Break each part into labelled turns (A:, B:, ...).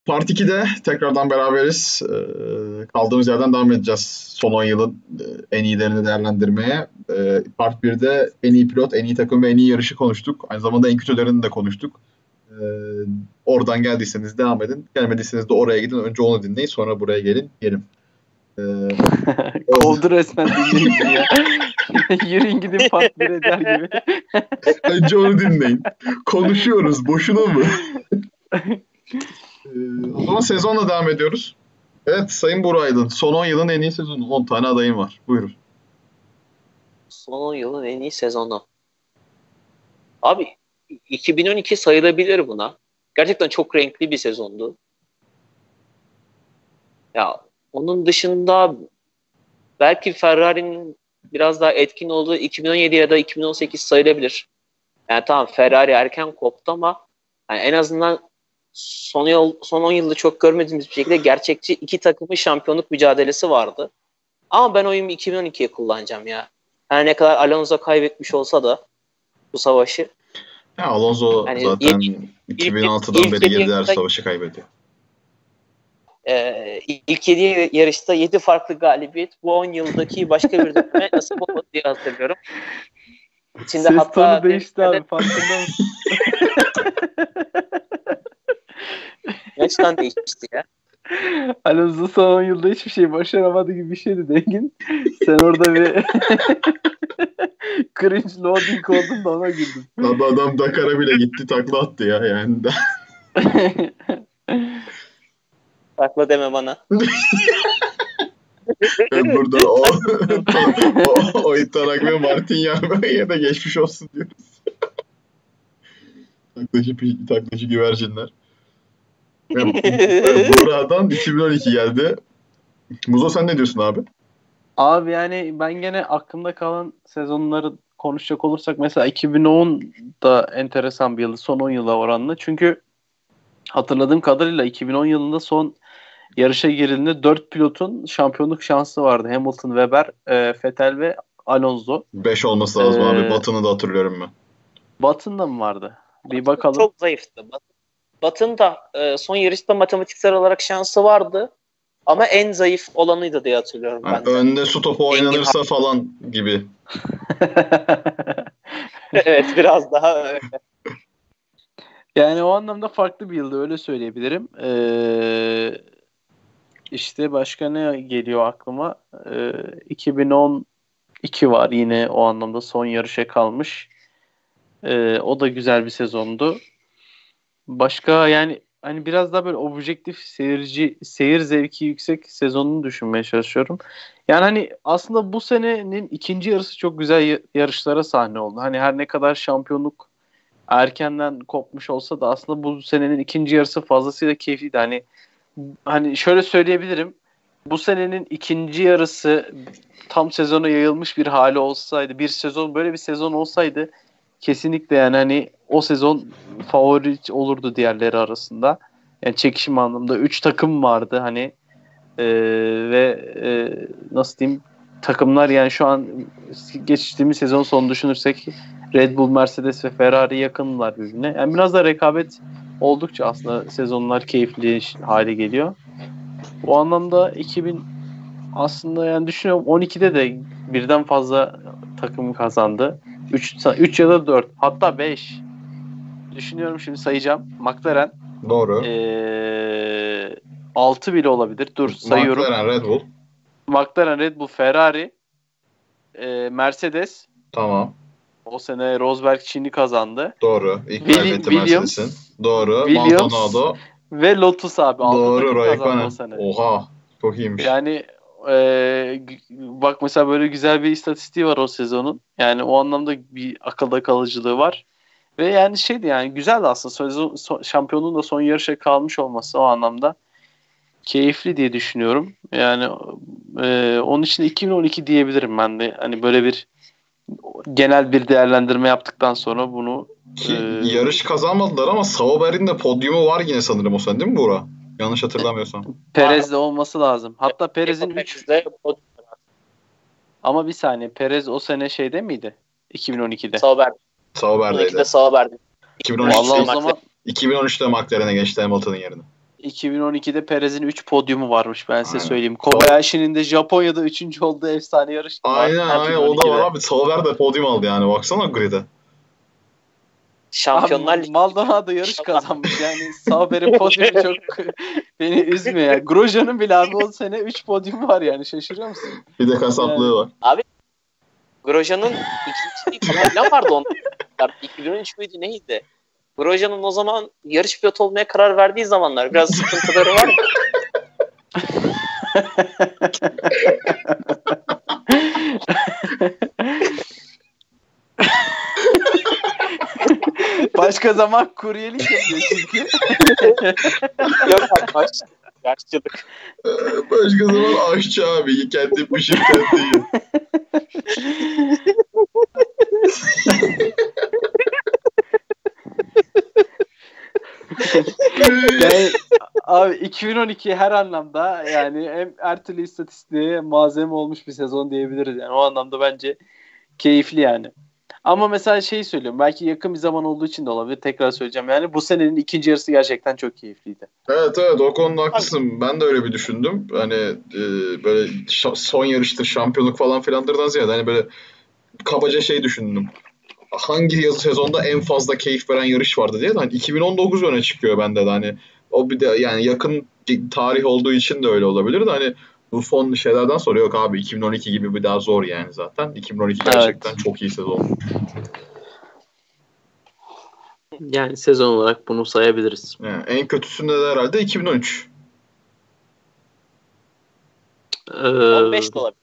A: Part 2'de tekrardan beraberiz. Kaldığımız yerden devam edeceğiz. Son 10 yılın en iyilerini değerlendirmeye. Part 1'de en iyi pilot, en iyi takım ve en iyi yarışı konuştuk. Aynı zamanda en kötülerini de konuştuk. Oradan geldiyseniz devam edin. Gelmediyseniz de oraya gidin. Önce onu dinleyin, sonra buraya gelin. Yerim.
B: Kovdu resmen dinleyici ya. Yürüyün gidin part 1 eder gibi.
A: Önce onu dinleyin. Konuşuyoruz. Boşuna mı? O zaman sezonla devam ediyoruz. Evet Sayın Burak Aydın. Son 10 yılın en iyi sezonu. 10 tane adayım var. Buyurun.
C: Son 10 yılın en iyi sezonu. Abi 2012 sayılabilir buna. Gerçekten çok renkli bir sezondu. Ya onun dışında belki Ferrari'nin biraz daha etkin olduğu 2017 ya da 2018 sayılabilir. Yani tamam Ferrari erken koptu ama yani en azından son 10 yılda çok görmediğimiz bir şekilde gerçekçi iki takımın şampiyonluk mücadelesi vardı. Ama ben oyumu 2012'ye kullanacağım ya. Her ne kadar Alonso kaybetmiş olsa da bu savaşı.
A: Ya Alonso yani zaten 2006'dan beri girdiler savaşı kaybediyor.
C: İlk 7 yarışta 7 farklı galibiyet bu 10 yıldaki başka bir döneme nasip olmadı diye hatırlıyorum.
B: İçinde ses hatta tonu değişti abi farkında mısın?
C: Yaştan değişti ya.
B: Alonso son 10 yılda hiçbir şey başaramadı gibi bir şeydi Dengin. Sen orada bir cringe loading oldun da ona güldüm.
A: Adam Dakar'a bile gitti takla attı ya yani.
C: Takla deme bana.
A: Ben burada o İtarak ve Martin Yarma'ya da geçmiş olsun diyoruz. taklacı güvercinler. Buğra'dan 2012 geldi. Muzo sen ne diyorsun abi?
B: Abi yani ben gene aklımda kalan sezonları konuşacak olursak mesela 2010 da enteresan bir yıldı son 10 yıla oranla. Çünkü hatırladığım kadarıyla 2010 yılında son yarışa girildiğinde 4 pilotun şampiyonluk şansı vardı. Hamilton, Webber, Vettel ve Alonso.
A: 5 olması lazım abi. Button'ı da hatırlıyorum ben.
B: Button'da mı vardı? Bir bakalım.
C: Çok zayıftı. Button da son yarışta matematiksel olarak şansı vardı. Ama en zayıf olanıydı diye hatırlıyorum ben de.
A: Önde su topu oynanırsa falan gibi.
C: Evet biraz daha öyle.
B: Yani o anlamda farklı bir yıldı öyle söyleyebilirim. İşte başka ne geliyor aklıma? 2012 var yine o anlamda son yarışa kalmış. O da güzel bir sezondu. Başka yani hani biraz daha böyle objektif seyir zevki yüksek sezonunu düşünmeye çalışıyorum. Yani hani aslında bu senenin ikinci yarısı çok güzel yarışlara sahne oldu. Hani her ne kadar şampiyonluk erkenden kopmuş olsa da aslında bu senenin ikinci yarısı fazlasıyla keyifliydi. Hani şöyle söyleyebilirim. Bu senenin ikinci yarısı tam sezona yayılmış bir hali olsaydı, böyle bir sezon olsaydı kesinlikle yani hani o sezon favori olurdu diğerleri arasında. Yani çekişim anlamında 3 takım vardı hani nasıl diyeyim takımlar yani şu an geçtiğimiz sezon sonu düşünürsek Red Bull, Mercedes ve Ferrari yakınlar birbirine. Yani biraz da rekabet oldukça aslında sezonlar keyifli hale geliyor. O anlamda 2000 aslında yani düşünüyorum 12'de de birden fazla takım kazandı. 3 ya da 4 hatta 5. Düşünüyorum şimdi sayacağım. McLaren.
A: Doğru.
B: 6 bile olabilir. Dur sayıyorum. McLaren, Red Bull, Ferrari, Mercedes.
A: Tamam.
B: O sene Rosberg Çin'i kazandı.
A: Doğru. İlk kaybetti Mercedes'in. Doğru.
B: Williams
A: Maldonado.
B: ve Lotus abi.
A: Doğru.
B: Raikkonen o sene.
A: Oha. Çok iyiymiş.
B: Yani bak mesela böyle güzel bir istatistiği var o sezonun. Yani o anlamda bir akılda kalıcılığı var. Ve yani şeydi yani güzeldi aslında. Şampiyonluğun da son yarışa kalmış olması o anlamda keyifli diye düşünüyorum. Yani onun için 2012 diyebilirim ben de. Hani böyle bir genel bir değerlendirme yaptıktan sonra bunu
A: yarış kazanmadılar ama Sauber'in de podyumu var yine sanırım o sene değil mi Buğra? Yanlış hatırlamıyorsam.
B: Perez'de olması lazım. Hatta Perez'in 3 ama bir saniye Perez o sene şeyde miydi? 2012'de.
A: Sauber'deydi.
C: 2012'de Sauber'de.
A: 2013'te McLaren'e geçti Hamilton'ın yerine.
B: 2012'de Perez'in 3 podyumu varmış, ben size
A: Aynen.
B: söyleyeyim. Kobayashi'nin de Japonya'da 3. olduğu efsane yarış var.
A: Aynen o da var abi. Sauber de podyum aldı yani. Baksana grid'e.
C: Şampiyonlar Ligi.
B: Maldonado yarış kazanmış yani. Sauber'in podyumu çok beni üzmüyor ya. Grosjean'ın bile abi o sene 3 podyumu var yani, şaşırıyor musun?
A: Bir de kasaplığı var.
C: Abi Grosjean'ın ikinci ne vardı onda? 2013 müydü neydi? Grosjean'ın o zaman yarış pilotu olmaya karar verdiği zamanlar biraz sıkıntıları var.
B: Başka zaman kuryelik yapıyor çünkü.
C: Yok abi, yaşlılık.
A: Başka zaman aşçı abi. Kendi pişir kendi yiyor.
B: Yani abi 2012 her anlamda yani her türlü istatistiğe malzeme olmuş bir sezon diyebiliriz yani. O anlamda bence keyifli yani. Ama mesela şeyi söylüyorum, belki yakın bir zaman olduğu için de olabilir, tekrar söyleyeceğim yani, bu senenin ikinci yarısı gerçekten çok keyifliydi.
A: Evet o konuda haklısın. Ben de öyle bir düşündüm. Hani böyle son yarıştır, şampiyonluk falan filandırdan ziyade hani böyle kabaca şey düşündüm. Hangi sezonda en fazla keyif veren yarış vardı diye. Hani 2019 öne çıkıyor bende de hani. O bir de yani yakın tarih olduğu için de öyle olabilir de hani bu son şeylerden sonra yok abi 2012 gibi bir daha zor yani zaten. 2012 gerçekten çok iyi sezon.
B: Yani sezon olarak bunu sayabiliriz.
A: Yani en kötüsünde de herhalde 2013.
C: 15 de olabilir.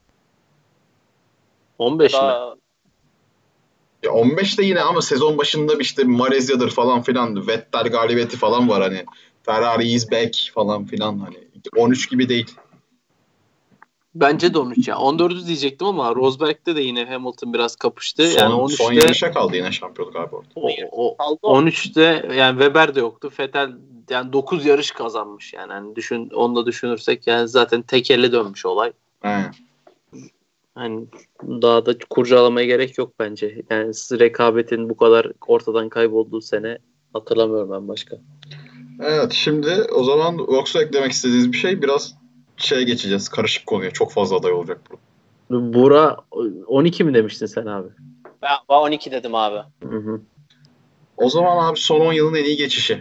B: 15 mi?
A: Ya 15'te yine ama sezon başında işte Malezya'dır falan filan. Vettel galibiyeti falan var hani. Ferrari is back falan filan hani. 13 gibi değil.
B: Bence de 13 ya. 14'ü diyecektim ama Rosberg'de de yine Hamilton biraz kapıştı. Yani 13'te
A: son yarışa kaldı yine şampiyonluk abi orada.
B: 13'te yani Weber de yoktu. Vettel yani 9 yarış kazanmış yani. Hani onu da düşünürsek yani zaten tekerle dönmüş olay.
A: Aynen.
B: Hani daha da kurcalamaya gerek yok bence. Yani rekabetin bu kadar ortadan kaybolduğu sene hatırlamıyorum ben başka.
A: Evet şimdi o zaman yoksa eklemek istediğiniz bir şey, biraz şeye geçeceğiz. Karışık konuya. Çok fazla aday olacak burada.
B: Bura 12 mi demiştin sen abi?
C: Ben 12 dedim abi.
B: Hı.
A: O zaman abi son 10 yılın en iyi geçişi.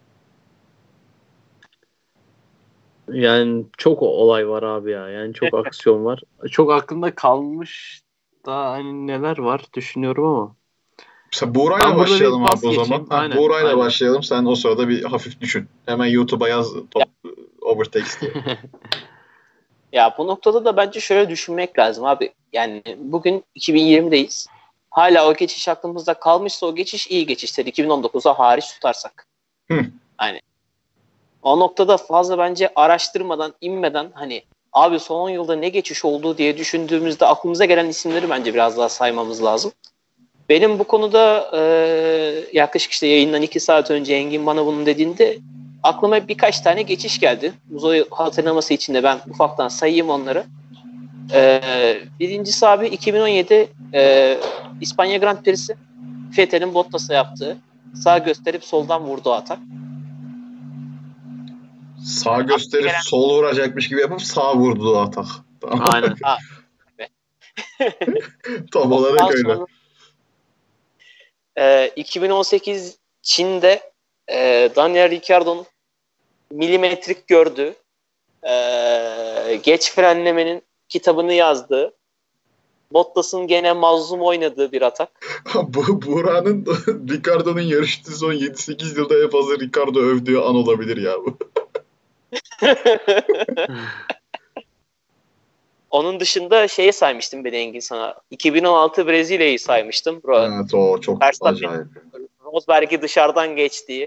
B: Yani çok olay var abi ya. Yani çok aksiyon var. Çok aklımda kalmış da hani neler var düşünüyorum ama.
A: Mesela Buğra'yla başlayalım abi o zaman.
B: Aynen,
A: Buğra'yla başlayalım. Sen o sırada bir hafif düşün. Hemen YouTube'a yaz overtakes diye.
C: Ya bu noktada da bence şöyle düşünmek lazım abi. Yani bugün 2020'deyiz. Hala o geçiş aklımızda kalmışsa o geçiş iyi geçiştir. 2019'a hariç tutarsak. Yani o noktada fazla bence araştırmadan, inmeden hani abi son 10 yılda ne geçiş oldu diye düşündüğümüzde aklımıza gelen isimleri bence biraz daha saymamız lazım. Benim bu konuda yaklaşık işte yayından 2 saat önce Engin bana bunu dediğinde aklıma birkaç tane geçiş geldi. Muzo'yu hatırlaması için de ben ufaktan sayayım onları. Birincisi abi 2017 İspanya Grand Prix'si. Vettel'in Bottas'a yaptığı sağ gösterip soldan vurduğu atak.
A: Sağ gösterip sol vuracakmış gibi yapıp sağ vurduğu atak. Tamam.
B: Aynen.
A: Tam olarak öyle.
C: 2018 Çin'de Daniel Ricciardo'nun milimetrik gördüğü geç frenlemenin kitabını yazdığı, Bottas'ın gene mazlum oynadığı bir atak.
A: Buğra'nın Ricardo'nun yarıştığı son 7-8 yılda en fazla Ricardo övdüğü an olabilir ya bu.
C: Onun dışında şeyi saymıştım ben Engin sana. 2016 Brezilya'yı saymıştım.
A: Evet o çok acayip.
C: Rosberg'i dışarıdan geçtiği.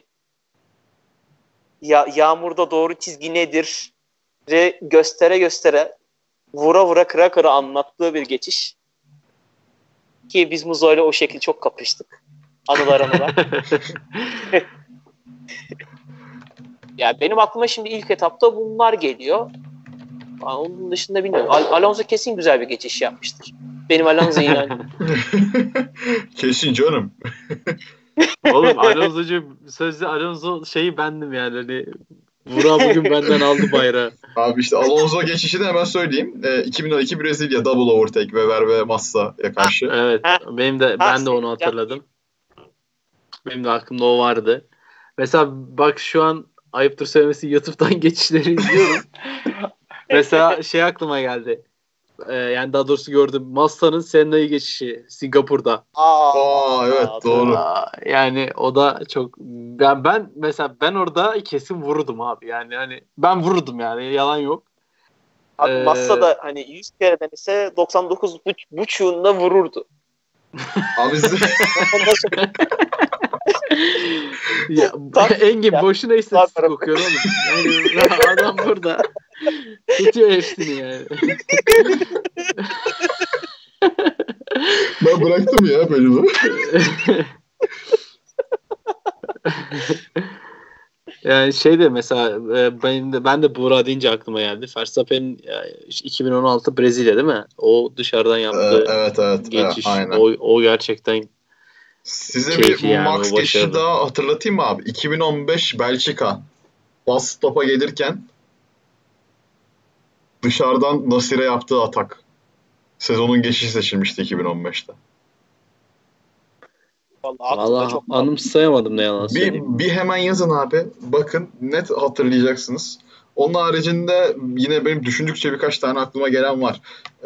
C: Yağmurda doğru çizgi nedir? Göstere göstere vura vura kıra kıra anlattığı bir geçiş. Ki biz Muzo'yla o şekilde çok kapıştık. Anılar. Ya benim aklıma şimdi ilk etapta bunlar geliyor. Onun dışında bilmiyorum. Alonso kesin güzel bir geçiş yapmıştır. Benim Alonso inancım.
A: Kesin canım.
B: Oğlum Alonso'cu sözde Alonso şeyi bendim yani. Hani Burak bugün benden aldı bayrağı.
A: Abi işte Alonso geçişini hemen söyleyeyim. 2012 Brezilya double overtake Weber ve Massa'ya karşı.
B: Evet. Ben de onu hatırladım. Benim de aklımda o vardı. Mesela bak şu an ayıptır söylemesi YouTube'dan geçişleri izliyorum. Mesela şey aklıma geldi. Yani daha doğrusu gördüm. Massa'nın Senna'yı geçişi Singapur'da.
A: Evet doğru.
B: Yani o da çok ben mesela ben orada kesin vururdum abi. Yani hani ben vururdum yani yalan yok.
C: Abi Massa da hani 100 kereden ise 99,5'unda vururdu.
A: Abi
B: ya, Engin boşuna istatistik okuyor oğlum. Yani adam burada tutuyor hepsini yani.
A: Ben bıraktım ya bölümü.
B: Yani şey de mesela ben de Buğra deyince aklıma geldi. Verstappen'in 2016 Brezilya değil mi? O dışarıdan yaptığı
A: Evet.
B: geçiş.
A: Aynen.
B: O gerçekten
A: size bir
B: keyifli yani,
A: Max
B: o
A: geçişi
B: başarılı.
A: daha hatırlatayım mı abi? 2015 Belçika. Bas stop'a gelirken dışarıdan Nasir'e yaptığı atak. Sezonun geçişi seçilmişti 2015'te.
B: Valla anımsayamadım ne yalan söyleyeyim.
A: Bir hemen yazın abi. Bakın net hatırlayacaksınız. Onun haricinde yine benim düşündükçe birkaç tane aklıma gelen var.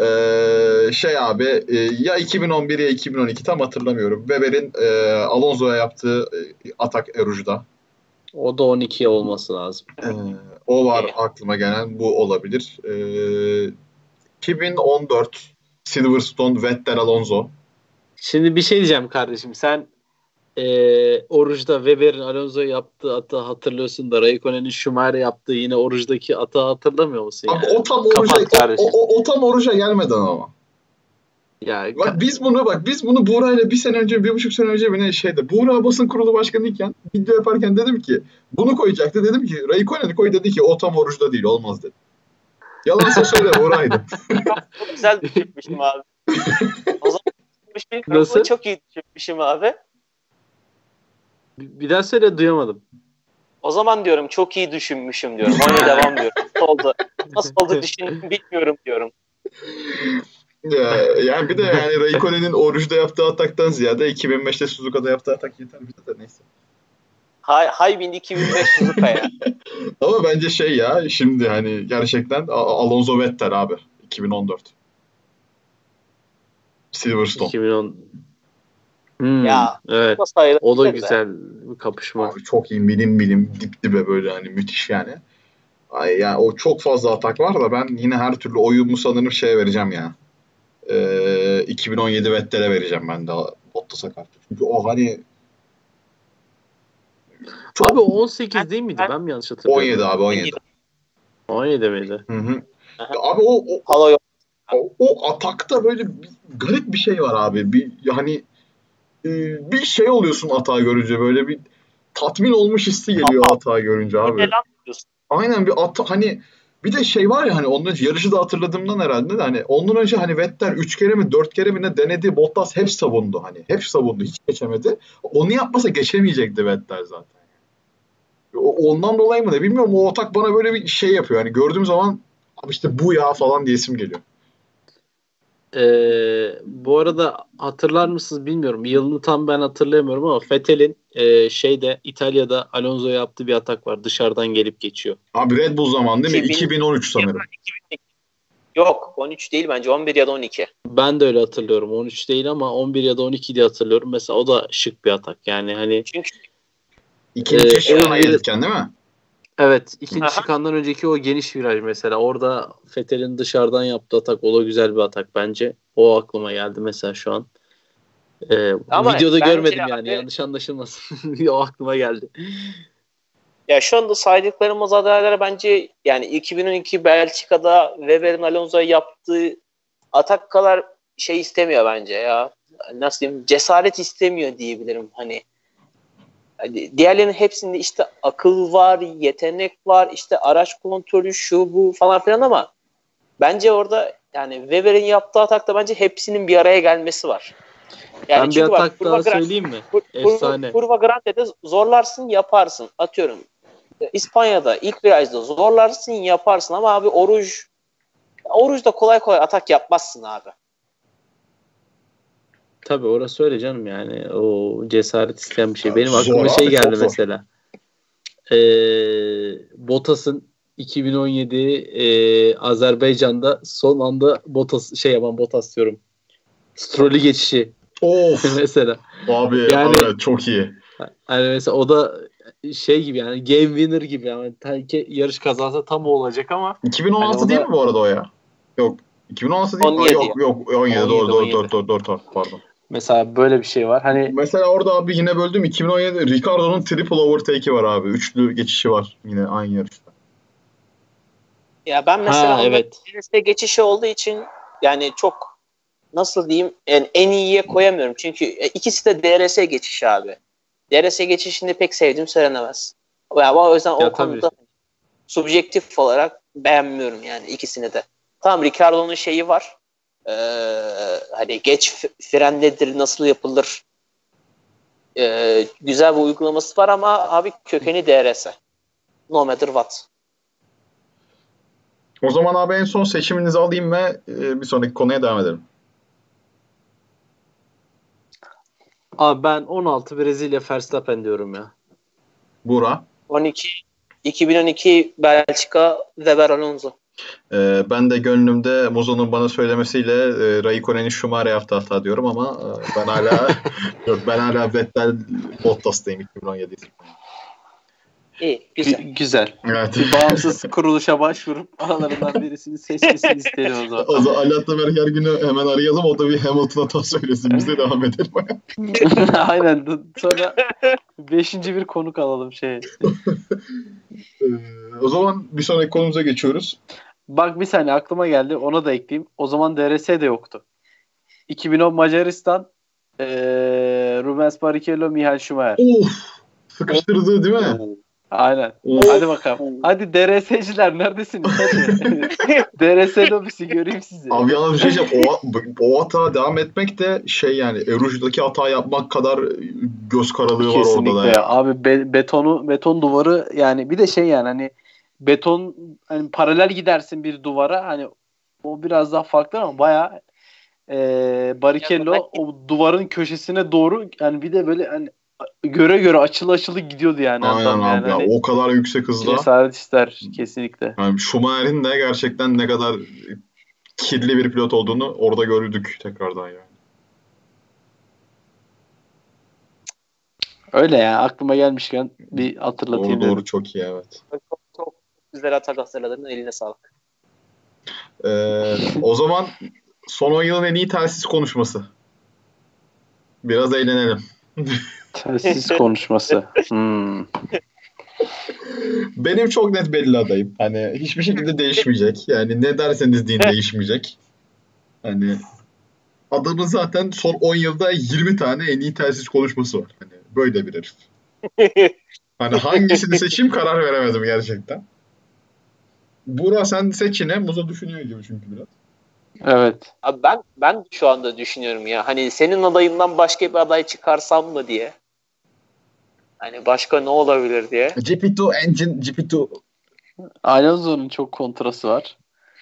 A: Ya 2011 ya 2012 tam hatırlamıyorum. Weber'in Alonso'ya yaptığı atak Erouge'da.
B: O da 12 olması lazım.
A: O var aklıma gelen, bu olabilir. 2014 Silverstone Vettel Alonso.
B: Şimdi bir şey diyeceğim kardeşim. Sen Oruç'ta Weber'in Alonso'ya yaptığı atı hatırlıyorsun da Raikkonen'in Schumacher'e yaptığı yine Oruç'taki atı hatırlamıyor musun?
A: Abi
B: yani?
A: o tam Oruç'a gelmeden ama.
B: Ya,
A: Biz bunu Buğra'yla 1,5 sene önce Buğra basın kurulu başkanıyken video yaparken dedim ki bunu koyacaktı. Dedim ki Raikkonen'i koy, dedi ki o tam Oruç'ta değil, olmaz dedi. Yalansa söyle Buğra'ydı.
C: Çok güzel düşünmüşüm abi. O zaman
B: Nasıl?
C: çok iyi düşünmüşüm abi.
B: Bir daha söyle, duyamadım.
C: O zaman diyorum çok iyi düşünmüşüm diyorum. Oyuna devam diyorum. Nasıl oldu düşündüm bilmiyorum diyorum.
A: Yani bir de yani Raikkonen'in Oruç'ta yaptığı ataktan ziyade 2005'te Suzuka'da yaptığı atak yeter bize de, neyse.
C: Haybin 2005 Suzuka ya.
A: Ama bence şimdi hani gerçekten Alonso Vettel abi 2014. Silverstone.
B: 2010.
C: Ya,
B: evet. O da güzel bir kapışma.
A: Abi çok iyi, bilim dip dibe böyle, hani müthiş yani. Yani o çok fazla atak var da ben yine her türlü oyumu sanırım vereceğim ya. 2017 Vettel'e vereceğim ben de Bottas'a karşı. Çünkü o hani
B: Abi o 18 değil miydi? Ben mi yanlış hatırlıyorum?
A: 17 abi 17.
B: 17 miydi?
A: Hı. Abi o atakta böyle garip bir şey var abi. Bir şey oluyorsun atağı görünce, böyle bir tatmin olmuş hissi geliyor atağı görünce abi. Aynen, hani bir de var ya, hani ondan önce yarışı da hatırladığımdan herhalde de, hani ondan önce hani Vettel 3 kere mi 4 kere mi ne denedi, Bottas hep savundu, hani hep savundu, hiç geçemedi. Onu yapmasa geçemeyecekti Vettel zaten. Ondan dolayı mı ne bilmiyorum, o atak bana böyle bir şey yapıyor. Hani gördüğüm zaman abi işte bu ya falan diyesim geliyor.
B: Bu arada hatırlar mısınız bilmiyorum. Yılını tam ben hatırlayamıyorum ama Vettel'in İtalya'da Alonso'ya yaptığı bir atak var. Dışarıdan gelip geçiyor.
A: Abi Red Bull zaman değil mi? 2013 sanırım.
C: Yok 13 değil bence, 11 ya da 12.
B: Ben de öyle hatırlıyorum. 13 değil ama 11 ya da 12 diye hatırlıyorum. Mesela o da şık bir atak. Yani hani
C: çünkü
A: ikinci şıkkına gelirken değil mi?
B: Evet. İkinci şıkkandan önceki o geniş viraj mesela. Orada Vettel'in dışarıdan yaptığı atak, o da güzel bir atak bence. O aklıma geldi mesela şu an. Videoda görmedim yani. Yanlış anlaşılmasın. O aklıma geldi.
C: Ya şu anda saydıklarımız adaylara bence yani 2012 Belçika'da Weber'in Alonso'ya yaptığı atak kadar istemiyor bence ya. Nasıl diyeyim? Cesaret istemiyor diyebilirim hani. Diğerlerinin hepsinde işte akıl var, yetenek var, işte araç kontrolü, şu bu falan filan, ama bence orada yani Weber'in yaptığı atakta bence hepsinin bir araya gelmesi var. Yani
B: ben bir atak daha söyleyeyim mi? Efsane.
C: Kurva Grande'de zorlarsın, yaparsın. Atıyorum. İspanya'da ilk virajda zorlarsın, yaparsın ama abi Oruç'da kolay kolay atak yapmazsın abi.
B: Tabii orası öyle canım yani. O cesaret isteyen bir şey. Benim
A: Zor
B: aklıma
A: abi,
B: şey
A: çok
B: geldi
A: zor.
B: mesela. Bottas'ın 2017 Azerbaycan'da son anda Bottas diyorum. Stroll'ü geçişi
A: Of
B: mesela.
A: abi
B: Yani
A: evet, çok iyi.
B: hani mesela o da şey gibi yani game winner gibi yani sanki yarış kazası tam olacak ama
A: 2016
B: hani
A: değil
B: ona
A: mi bu arada o ya? Yok. 2016 değil.
C: 17 ya.
A: Yok 17,
B: 17,
A: doğru
B: 17.
A: pardon.
B: mesela böyle bir şey var. Hani
A: Mesela orada abi yine böldüm, 2017 Ricardo'nun triple overtake'i var abi. Üçlü geçişi var yine aynı yarışta.
C: Ya ben mesela onda
B: evet.
C: DRS geçişi olduğu için yani çok nasıl diyeyim en iyiye koyamıyorum. Çünkü ikisi de DRS geçişi abi. DRS geçişini pek sevdiğim söylenemez. Yani o yüzden o
B: Ya tabii.
C: konuda subjektif olarak beğenmiyorum yani ikisini de. Tamam, Ricardo'nun şeyi var. Hani geç fren nedir, nasıl yapılır? Güzel bir uygulaması var ama abi kökeni DRS. No matter what.
A: O zaman abi en son seçiminizi alayım ve bir sonraki konuya devam edelim.
B: Abi ben 16 Brezilya Verstappen diyorum ya.
A: Buğra.
C: 2012 Belçika Weber Alonso.
A: Ben de gönlümde Muzo'nun bana söylemesiyle Raikkonen'in Schumacher yaptı hata diyorum ama ben hala ben hala Vettel Bottas'tayım 2017.
C: İyi, güzel.
B: Güzel.
A: Evet.
B: Bir bağımsız kuruluşa başvurup aralarından birisini seçmesini isterim o zaman.
A: O zaman Ali Ataberk her günü hemen arayalım, o da bir Hamilton hata söylesin, biz de devam edelim.
B: Aynen. Sonra 5. bir konuk alalım
A: O zaman bir sonraki konumuza geçiyoruz.
B: Bak bir saniye aklıma geldi. Ona da ekleyeyim. O zaman DRS de yoktu. 2010 Macaristan Rubens Barrichello, Michael Schumacher.
A: Sıkıştırdı değil mi?
B: Aynen.
A: Of.
B: Hadi bakalım. Hadi DRS'ciler neredesiniz? Hadi. DRS lobisi göreyim sizi.
A: Abi yalnız bir şey diyeceğim. O hata devam etmek de yani Eruju'daki hata yapmak kadar göz karalığı var
B: Kesinlikle
A: orada da ya.
B: Abi beton duvarı yani bir de yani hani beton hani paralel gidersin bir duvara hani o biraz daha farklı ama bayağı Barrichello o duvarın köşesine doğru yani bir de böyle hani göre açılı gidiyordu yani
A: Aynen
B: adam yani
A: abi ya,
B: hani
A: o kadar yüksek hızda.
B: cesaret ister kesinlikle.
A: Yani Schumacher'in de gerçekten ne kadar kirli bir pilot olduğunu orada gördük tekrardan yani.
B: Öyle ya aklıma gelmişken bir hatırlatayım
A: Doğru
B: dedim.
A: çok iyi, evet.
C: Çok güzel atak hatırladın. Eline sağlık.
A: O zaman son 10 yılın en iyi telsiz konuşması. Biraz eğlenelim.
B: Telsiz konuşması.
A: Benim çok net belli adayım. Hani hiçbir şekilde değişmeyecek. Yani ne derseniz deyin değişmeyecek. Hani adamın zaten son 10 yılda 20 tane en iyi telsiz konuşması var. Hani böyle bir herif. Hani hangisini seçeyim karar veremedim gerçekten. Buğra sen seç yine. Muzo düşünüyor gibi çünkü biraz.
B: Evet.
C: Abi ben şu anda düşünüyorum ya. Hani senin adayından başka bir aday çıkarsam mı diye. Hani başka ne olabilir diye.
A: GP2 engine, GP2.
B: Alonso'nun çok kontrası var.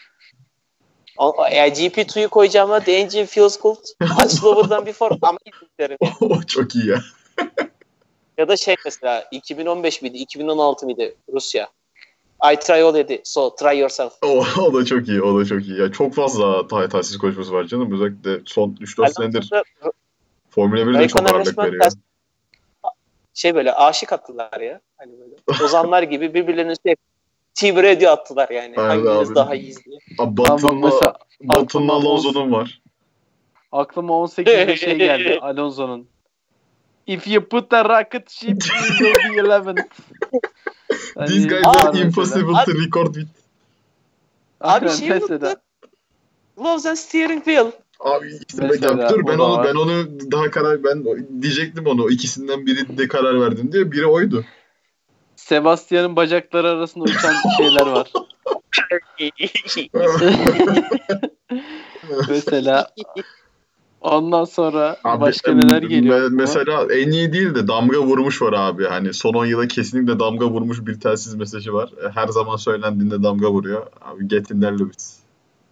C: Yani GP2'yu koyacağıma The Engine Feels Good much slower than before ama izlerim.
A: O çok iyi ya.
C: Ya da mesela 2015 miydi 2016 mıydı Rusya. I try already so try yourself.
A: O da çok iyi. O da çok iyi. Ya çok fazla telsiz konuşması var canım. Özellikle son 3-4 senedir Formula 1'de çok ağırlık veriyor.
C: Böyle aşık attılar ya. Hani böyle ozanlar gibi birbirlerine Tiber ediyor attılar yani.
A: Aynen
C: Hangimiz
A: abi.
C: daha iyiyiz diye.
A: Button'la Alonso'nun var.
B: Aklıma 18'de geldi Alonso'nun. If you put a rocket ship, you will be 11th.
A: These guys are impossible to record with.
C: Abi unuttuk. Gloves and steering wheel.
A: Abi işte dur ben onu daha ben diyecektim onu. İkisinden biri de karar verdim diye. Biri oydu.
B: Sebastian'ın bacakları arasında uçan şeyler var. Mesela Ondan sonra
A: Abi,
B: başka neler geliyor aklıma?
A: mesela en iyi değil de damga vurmuş var abi. Hani son 10 yıla kesinlikle damga vurmuş bir telsiz mesajı var. Her zaman söylendiğinde damga vuruyor. Abi Get in there Lewis.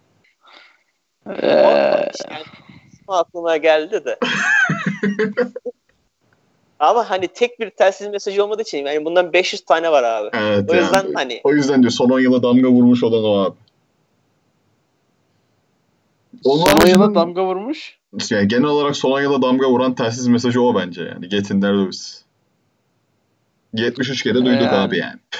C: O yani aklıma geldi de. Ama hani tek bir telsiz mesajı olmadığı için yani bundan 500 tane var abi.
A: Evet
C: O yüzden
A: yani.
C: hani
A: O yüzden diyor son 10 yıla damga vurmuş olan o abi. Onun
B: Son yıla
A: haricinde
B: damga vurmuş.
A: yani genel olarak son 10 yıla damga vuran telsiz mesajı o bence yani. Get in there Lewis. 73 kere duyduk abi
B: Yani
A: yani.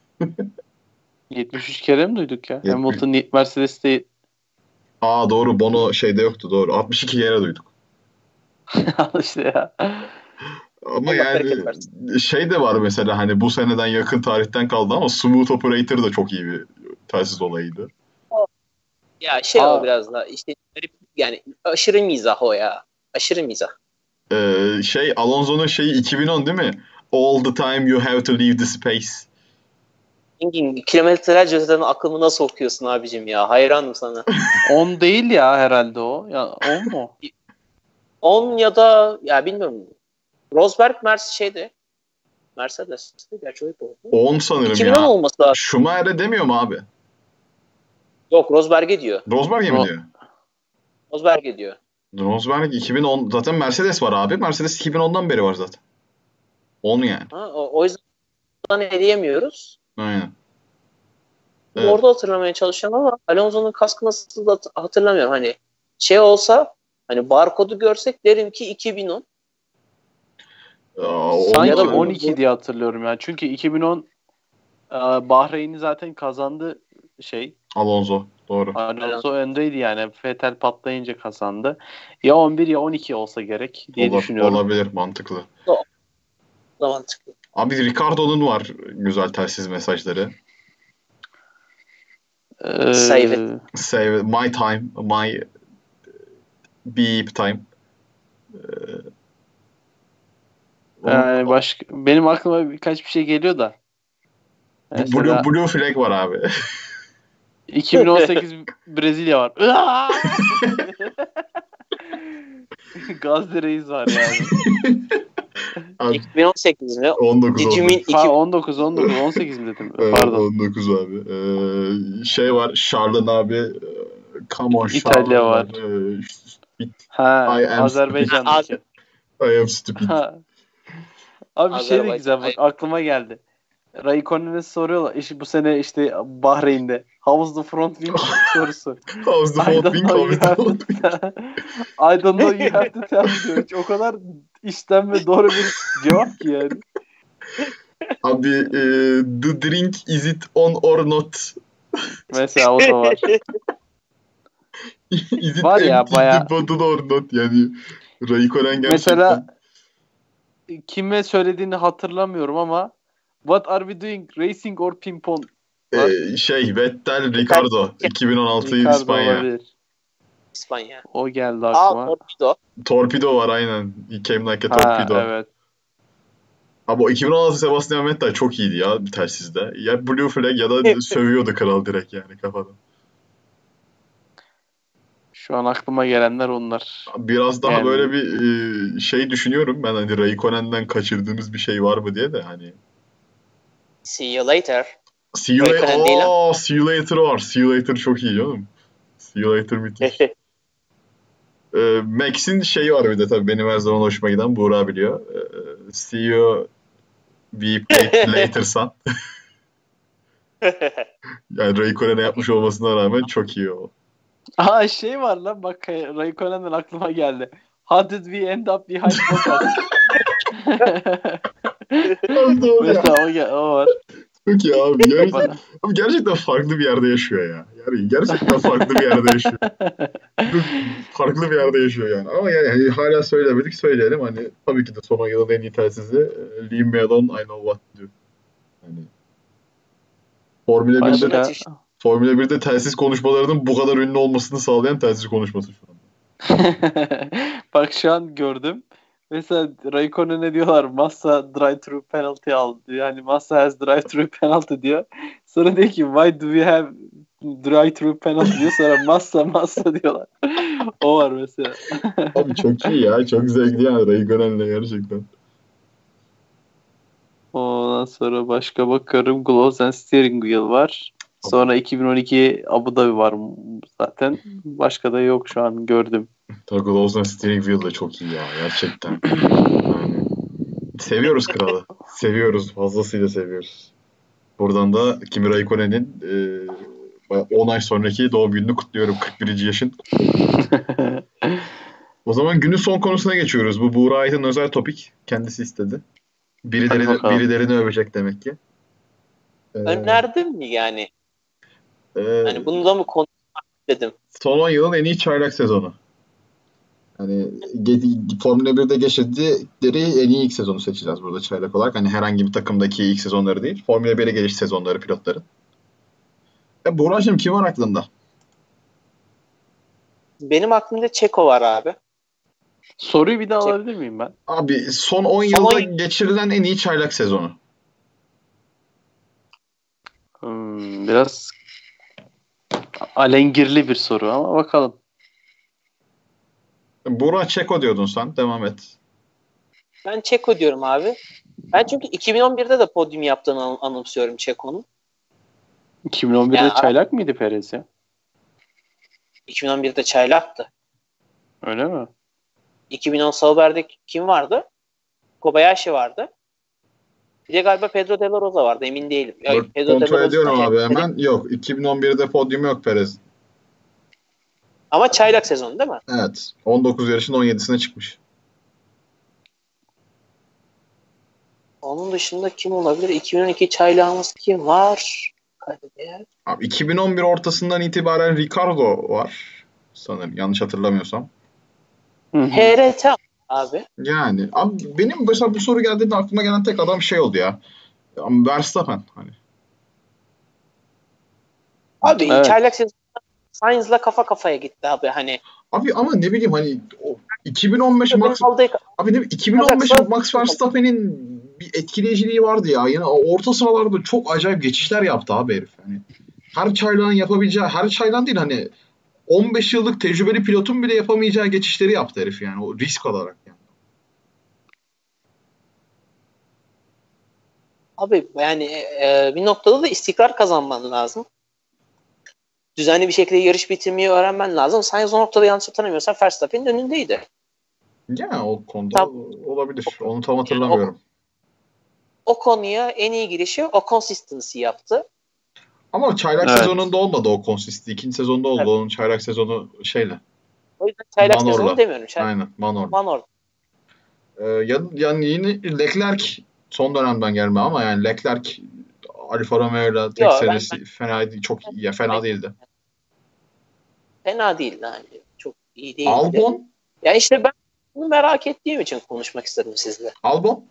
B: 73 kere mi duyduk ya?
A: 70.
B: Hamilton Mercedes'te
A: Aa doğru, Bono şeyde yoktu, doğru. 62 kere duyduk.
B: al işte ya.
A: Ama
C: Allah bereket
A: yani
C: versin.
A: şey de var mesela, hani bu seneden yakın tarihten kaldı ama Smooth Operator da çok iyi bir telsiz olayıydı.
C: Ya şey o
B: Aa,
C: biraz da işte yani aşırı mizah o ya. Aşırı mizah.
A: Alonso'nun şeyi 2010 değil mi? All the time you have to leave the space.
C: Kilometrelerce öteden aklımı nasıl okuyorsun abicim ya? Hayranım sana.
B: 10 değil ya herhalde o. Ya 10 mu?
C: 10 ya da ya bilmiyorum. Rosberg Mercedes'ti. Gerçi öyle oldu.
A: 10 sanırım
C: 2010
A: ya.
C: olması lazım.
A: Schumacher'e demiyor mu abi?
C: Yok Rosberg'e diyor.
A: Rosberg'e mi
B: Ro-
A: diyor?
C: Rosberg'e diyor.
A: Rosberg 2010, zaten Mercedes var abi. Mercedes 2010'dan beri var zaten. 10 yani.
C: Ha, o yüzden ne diyemiyoruz.
A: Aynen. Evet.
C: Orada hatırlamaya çalışıyorum ama Alonso'nun kaskı nasıl da hatırlamıyorum. Hani şey olsa hani barkodu görsek derim ki 2010.
B: Sanki
C: Ya da
B: 12 diye hatırlıyorum yani. Çünkü 2010 Bahreyn'i zaten kazandı şey.
A: Alonso. Doğru.
B: Alonso öndeydi yani. Vettel patlayınca kazandı. Ya 11 ya 12 olsa gerek diye düşünüyorum.
A: Olabilir. Mantıklı.
C: o da mantıklı.
A: Abi Ricardo'nun var güzel telsiz mesajları.
C: Save it.
A: Save my time, my beep time.
B: Benim aklıma birkaç bir şey geliyor da. Mesela
A: Blue flag var abi.
B: 2018 Brezilya var. Gazze Reis var yani.
A: Abi,
C: 2018 mi?
A: 19
C: Did you mean
B: 19 18 mi dedim? Pardon.
A: 19 abi. Şey var, Charlton abi. Come on
B: İtalya
A: Charlton
B: var.
A: I am
B: Azerbaycan'daki.
A: I am stupid.
B: Abi bir şey de
C: Azerbaycan.
B: güzel bak aklıma geldi. Raikkonen'e soruyorlar işte bu sene işte Bahreyn'de How's the front wing sorusu.
A: How's the front wing?
B: I don't know you have to tell me diyor. O kadar içten ve doğru bir cevap ki yani.
A: Abi the drink is it on or not?
B: Mesela o da var.
A: Is it
B: Var ya,
A: empty
B: bayağı-
A: the bottle or not? Yani Raikkonen gerçekten.
B: Mesela kime söylediğini hatırlamıyorum ama What are we doing? Racing or ping pong?
A: Vettel Ricardo 2016
B: Ricardo
A: İspanya.
B: olabilir.
C: İspanya.
B: O geldi aklıma.
C: Torpedo.
A: Torpedo var aynen. He came like a
B: Ha,
A: torpedo.
B: evet.
A: Abi o 2016 Sebastian Vettel çok iyiydi ya bir telsizde. Ya Blue Flag ya da sövüyordu kral direkt yani kafadan.
B: Şu an aklıma gelenler onlar.
A: Biraz daha
B: Yani-
A: böyle bir şey düşünüyorum ben, hani Raikkonen'den kaçırdığımız bir şey var mı diye de hani.
C: See you later.
A: See you later.
C: Raikkonen değil ama.
A: See you later var. See you later çok iyi canım. See you later müthiş. Max'in şeyi var bir de tabii benim her zaman hoşuma giden, Buğra biliyor. See you weep later son. Yani Raikkonen'e yapmış olmasına rağmen çok iyi o.
B: Aa şey var lan bak Raikkonen'den aklıma geldi. How did we end up behind Bottas?
A: Doğru ya.
B: Mesela o var.
A: Çok iyi abi. Yani, abi gerçekten farklı bir yerde yaşıyor ya. Yani gerçekten farklı bir yerde yaşıyor. Farklı bir yerde yaşıyor yani. Ama yani hala söylemedik, söyleyelim. Hani tabii ki de son yılın en iyi telsizi Leave Me Alone, I Know What To Do. Hani Formula 1'de telsiz konuşmalarının bu kadar ünlü olmasını sağlayan telsiz konuşması şu anda.
B: Bak şu an gördüm. Mesela Raikkonen'e diyorlar Massa drive-thru penalty aldı diyor. Yani Massa has drive-thru penalty diyor. Sonra diyor ki why do we have drive-thru penalty diyor. Sonra Massa diyorlar. O var mesela.
A: Abi çok iyi ya. Çok zevkli yani Raikkonen'le gerçekten.
B: Ondan sonra başka bakarım. Gloves and Steering Wheel var. Sonra 2012 Abu Dhabi var zaten. Başka da yok şu an gördüm.
A: Tabii Lawson Steering Wheel de çok iyi ya. Gerçekten. Yani seviyoruz kralı. Seviyoruz. Fazlasıyla seviyoruz. Buradan da Kimi Raikkonen'in 10 ay sonraki doğum gününü kutluyorum. 41. yaşın. O zaman günün son konusuna geçiyoruz. Bu Buğra Aydın özel topik. Kendisi istedi. Birilerini övecek demek ki.
C: Önerdim mi yani? Hani bunu da mı konuşmak dedim.
A: Son 10 yılın en iyi çaylak sezonu. Hani Formula 1'de geçirdikleri en iyi ilk sezonu seçeceğiz burada çaylak olarak. Hani herhangi bir takımdaki ilk sezonları değil. Formula 1'e geliş sezonları pilotların. Buğra'cığım kim var aklında?
C: Benim aklımda Çeko var abi.
B: Soruyu bir daha alabilir miyim ben?
A: Abi son 10 yılda geçirilen en iyi çaylak sezonu.
B: Biraz alengirli bir soru ama bakalım.
A: Buğra Çeko diyordun sen. Devam et.
C: Ben Çeko diyorum abi. Ben çünkü 2011'de de podyum yaptığını anımsıyorum Çeko'nun.
B: 2011'de yani, çaylak mıydı Perez ya?
C: 2011'de çaylaktı.
B: Öyle mi?
C: 2010 Sauber'de kim vardı? Kobayashi vardı. Bir de galiba Pedro de la Rosa vardı. Emin değilim.
A: Kontrol ediyorum abi hemen. Yok. 2011'de podyum yok Perez.
C: Ama çaylak sezonu değil mi?
A: Evet. 19 yarışın 17'sine çıkmış.
C: Onun dışında kim olabilir? 2012 çaylağımız kim var?
A: Abi 2011 ortasından itibaren Ricardo var. Sanırım. Yanlış hatırlamıyorsam.
C: HRT abi.
A: Yani. Abi benim mesela bu soru geldiğinde aklıma gelen tek adam şey oldu ya. Verstappen. Hani.
C: Abi evet. Çaylak sezonunda Sainz'la kafa kafaya gitti abi hani.
A: Abi ama ne bileyim hani 2015 Max abi ne 2015 Max Verstappen'in bir etkileyiciliği vardı ya. Yine orta sıralarda çok acayip geçişler yaptı abi herif. Yani her çaylağın yapabileceği, her çaylağın değil hani 15 yıllık tecrübeli pilotun bile yapamayacağı geçişleri yaptı herif yani o risk olarak yani.
C: Abi yani bir noktada da istikrar kazanman lazım. Düzenli bir şekilde yarış bitirmeyi öğrenmen lazım. Sainz o noktada yanlış hatırlamıyorsam Verstappen'in önündeydi.
A: Ya o konuda olabilir. Onu tam hatırlamıyorum.
C: Yani o konuya en iyi girişi o consistency yaptı.
A: Ama çaylak sezonunda olmadı o consistency. İkinci sezonda oldu. Evet. Onun çaylak sezonu şeyle.
C: O yüzden çaylak sezonu demiyorum.
A: Aynen. Manor'la. Yani yine Leclerc son dönemden gelme ama yani Leclerc Alfa Romeo'yla tek serisi fena değil. Çok iyi. Ya, fena değildi.
C: Fena değildi hani. Çok iyi değildi.
A: Albon?
C: Ya işte ben bunu merak ettiğim için konuşmak istedim sizle.
A: Albon?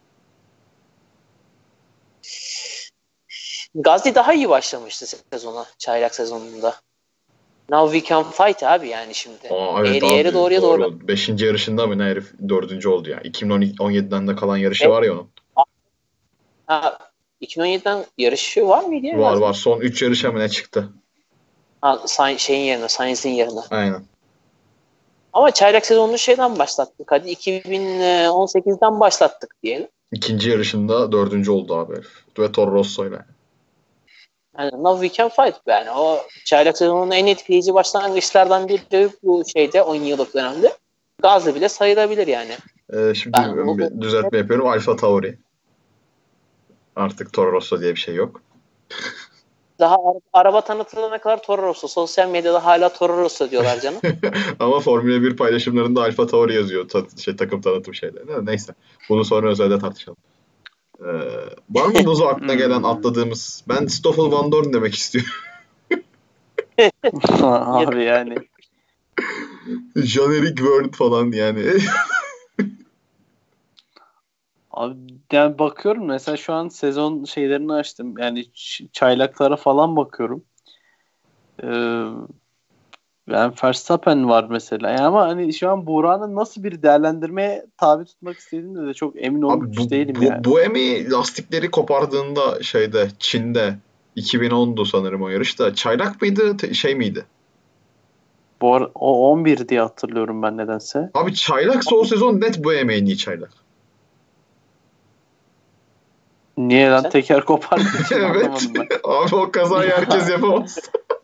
C: Gasly daha iyi başlamıştı sezona. Çaylak sezonunda. Now we can fight abi yani şimdi.
A: Evet
C: eğri doğruya doğru.
A: 5. yarışında mı ne herif 4. oldu ya. 2017'den de kalan yarışı var ya onun.
C: Ha, 2017'den yarışı var mıydı?
A: Var. Son 3 yarışa mı ne çıktı?
C: Ha, Sainz'in yerine.
A: Aynen.
C: Ama çaylak sezonunu şeyden başlattık. Hadi 2018'den başlattık diyelim.
A: İkinci yarışında 4. oldu abi herif. Ve Toro Rosso'yla.
C: Yani now we can fight. Yani o çaylak sezonunun en etkileyici başlangıçlardan biri bu şeyde 10 yıllık dönemde. Gazlı bile sayılabilir yani.
A: Şimdi bir düzeltme yapıyorum. Alfa Tauri. Artık Toro Rosso diye bir şey yok.
C: Daha araba tanıtılana kadar Toro Rosso. Sosyal medyada hala Toro Rosso diyorlar canım.
A: Ama Formula 1 paylaşımlarında Alfa Tauri yazıyor. Takım tanıtım şeyleri. Neyse. Bunu sonra özelde tartışalım. Var mı Nuzo aklına gelen atladığımız? Ben Stoffel Van Dorn demek istiyorum.
B: Abi yani.
A: Jean-Eric Vergne falan yani.
B: Abi yani bakıyorum mesela şu an sezon şeylerini açtım. Yani çaylaklara falan bakıyorum. Yani Verstappen var mesela. Yani ama hani şu an Buğra'nın nasıl bir değerlendirmeye tabi tutmak istediğini de çok emin olmuş değilim yani.
A: Bu Emi lastikleri kopardığında Çin'de 2010'du sanırım o yarışta. Çaylak mıydı şey miydi?
B: O 11 diye hatırlıyorum ben nedense.
A: Abi çaylaksa o sezon net bu en iyi çaylak.
B: Niye lan teker kopardığı için
A: Evet.
B: anlamadım ben.
A: Abi o kazayı herkes yapamaz.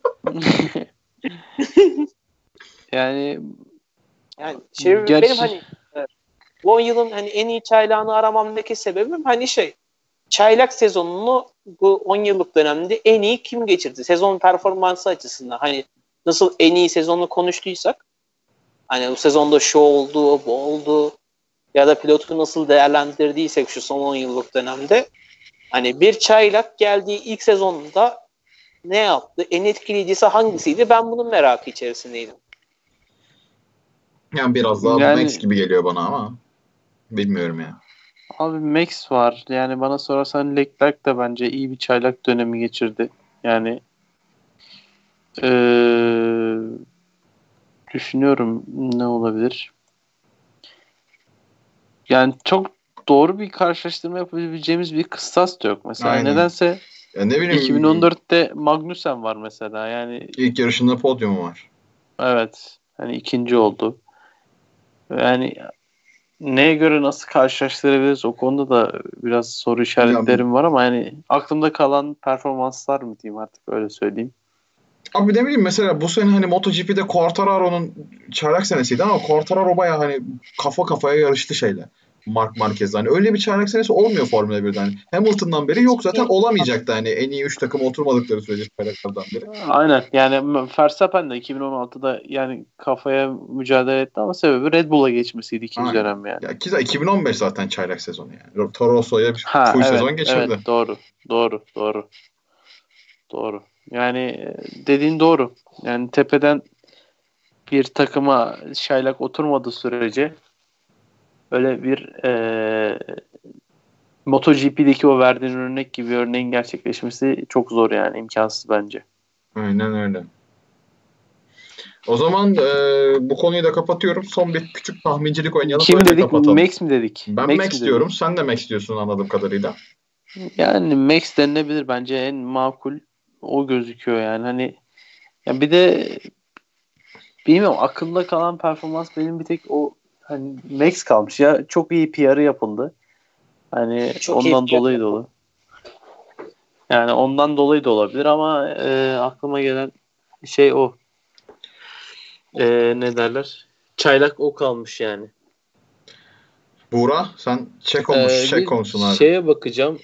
B: Yani
C: benim hani bu 10 yılın hani en iyi çaylağını aramamdaki sebebim hani çaylak sezonunu bu 10 yıllık dönemde en iyi kim geçirdi? Sezon performansı açısından hani nasıl en iyi sezonu konuştuysak hani bu sezonda şu oldu, bu oldu ya da pilotu nasıl değerlendirdiysek şu son 10 yıllık dönemde hani bir çaylak geldiği ilk sezonunda ne yaptı? En etkileyicisi hangisiydi? Ben bunun merakı içerisindeydim.
A: Yani biraz daha Max gibi geliyor bana ama bilmiyorum ya.
B: Abi Max var. Yani bana sorarsan Leclerc de bence iyi bir çaylak dönemi geçirdi. Yani düşünüyorum ne olabilir. Yani çok doğru bir karşılaştırma yapabileceğimiz bir kıstas da yok mesela.
A: Aynen.
B: Nedense
A: ya ne bileyim,
B: 2014'te Magnussen var mesela. Yani
A: ilk yarışında podyumu var.
B: Evet. Hani ikinci oldu. Yani neye göre nasıl karşılaştırabiliriz o konuda da biraz soru işaretlerim var ama yani aklımda kalan performanslar mı diyeyim artık öyle söyleyeyim.
A: Abi ne bileyim mesela bu sene hani MotoGP'de Quartararo'nun çaylak senesiydi ama Quartararo bayağı hani kafa kafaya yarıştı şeyle. Marc Marquez'le. Hani öyle bir çaylak senesi olmuyor Formula 1'de. Hani Hamilton'dan beri yok zaten olamayacaktı hani en iyi 3 takıma oturmadıkları sürece çaylaklardan biri.
B: Aynen yani Verstappen de 2016'da yani kafaya mücadele etti ama sebebi Red Bull'a geçmesiydi ikinci dönem yani.
A: Ya 2015 zaten çaylak sezonu yani. Toro Rosso'ya bir full
B: evet,
A: sezon geçirdi.
B: Evet doğru. Yani dediğin doğru. Yani tepeden bir takıma çaylak oturmadığı sürece öyle bir MotoGP'deki o verdiğin örnek gibi örneğin gerçekleşmesi çok zor yani imkansız bence.
A: Aynen öyle. O zaman bu konuyu da kapatıyorum. Son bir küçük tahmincilik oynayalım.
B: Kim
A: Öyle
B: dedik?
A: kapatalım.
B: Max mi dedik?
A: Ben Max diyorum. Sen de Max diyorsun anladığım kadarıyla.
B: Yani Max denilebilir bence en makul o gözüküyor yani. Hani ya bir de bilmiyorum akılda kalan performans benim bir tek o hani Max kalmış ya çok iyi PR'ı yapıldı. Hani
C: çok
B: ondan dolayı da olur. Yani ondan dolayı da olabilir ama aklıma gelen şey o. Ne derler? Çaylak o kalmış yani.
A: Buğra sen çek konusunu abi.
B: Şeye bakacağım.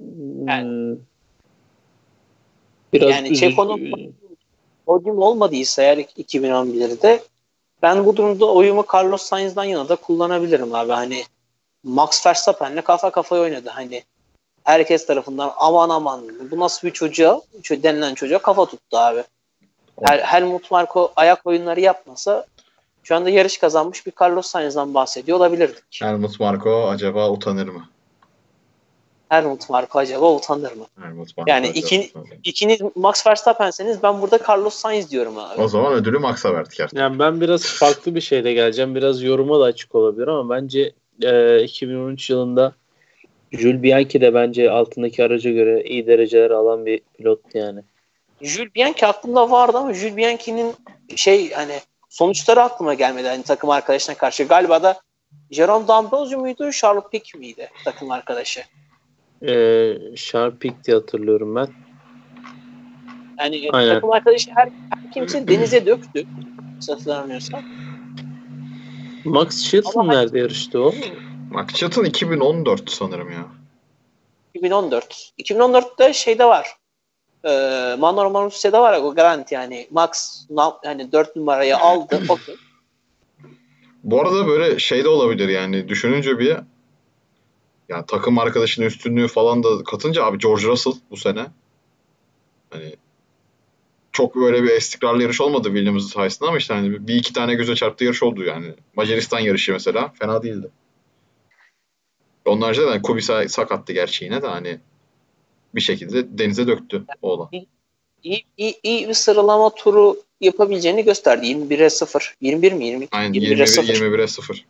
B: Biraz
C: yani Çeko'nun podyum olmadıysa eğer 2011'de ben bu durumda oyumu Carlos Sainz'dan yana da kullanabilirim abi. Hani Max Verstappen'le kafa kafaya oynadı. Hani herkes tarafından aman bu nasıl bir çocuğa denilen çocuğa kafa tuttu abi. Helmut Marko ayak oyunları yapmasa şu anda yarış kazanmış bir Carlos Sainz'dan bahsediyor olabilirdik.
A: Helmut Marko acaba utanır mı?
C: Helmut Marko acaba utanır mı?
A: Helmut Marko
C: yani ikiniz Max Verstappen'seniz ben burada Carlos Sainz diyorum abi.
A: O zaman ödülü Max'a verdik artık.
B: Yani ben biraz farklı bir şeyle geleceğim. Biraz yoruma da açık olabilir ama bence 2013 yılında Jules Bianchi de bence altındaki araca göre iyi dereceler alan bir pilot yani.
C: Jules Bianchi aklımda vardı ama Jules Bianchi'nin hani sonuçları aklıma gelmedi hani takım arkadaşına karşı. Galiba da Jerome D'Ambrosio muydu, Charles Pic miydi takım arkadaşı?
B: Charles Pic diye hatırlıyorum ben.
C: Yani takım arkadaşı her kimse denize döktü. Hatırlamıyorsam.
B: Max Chilton nerede yarıştı o?
A: Max Chilton 2014 sanırım ya.
C: 2014. 2014'te şeyde var. Manor Marusya'da var ya o garanti yani. Max hani 4 numarayı aldı. Okay.
A: Bu arada böyle şey de olabilir yani düşününce bir ya takım arkadaşının üstünlüğü falan da katınca abi George Russell bu sene hani çok böyle bir istikrarlı yarış olmadı Williams sayesinde ama işte hani bir iki tane göze çarptığı yarış oldu yani. Macaristan yarışı mesela fena değildi. Onlarca da Kubica sakattı gerçi yine de hani bir şekilde denize döktü oğlan.
C: İyi bir sıralama turu yapabileceğini gösterdi. 21'e 0. 21 mi? 22?
A: Aynen
C: 21'e 0.
A: 21'e 0.